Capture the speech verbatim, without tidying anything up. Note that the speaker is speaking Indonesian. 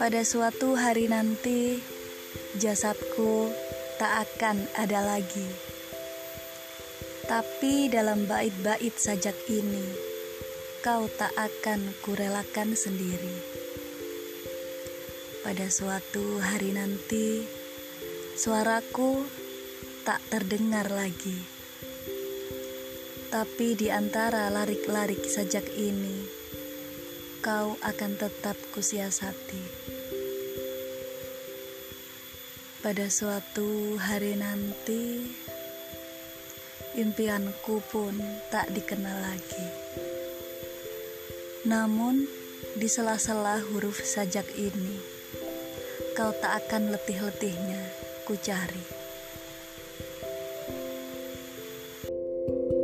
Pada suatu hari nanti, jasadku tak akan ada lagi. Tapi dalam bait-bait sajak ini, kau tak akan kurelakan sendiri. Pada suatu hari nanti, suaraku tak terdengar lagi. Tapi di antara larik-larik sajak ini, kau akan tetap kusiasati. Pada suatu hari nanti, impianku pun tak dikenal lagi. Namun, di sela-sela huruf sajak ini, kau tak akan letih-letihnya ku cari.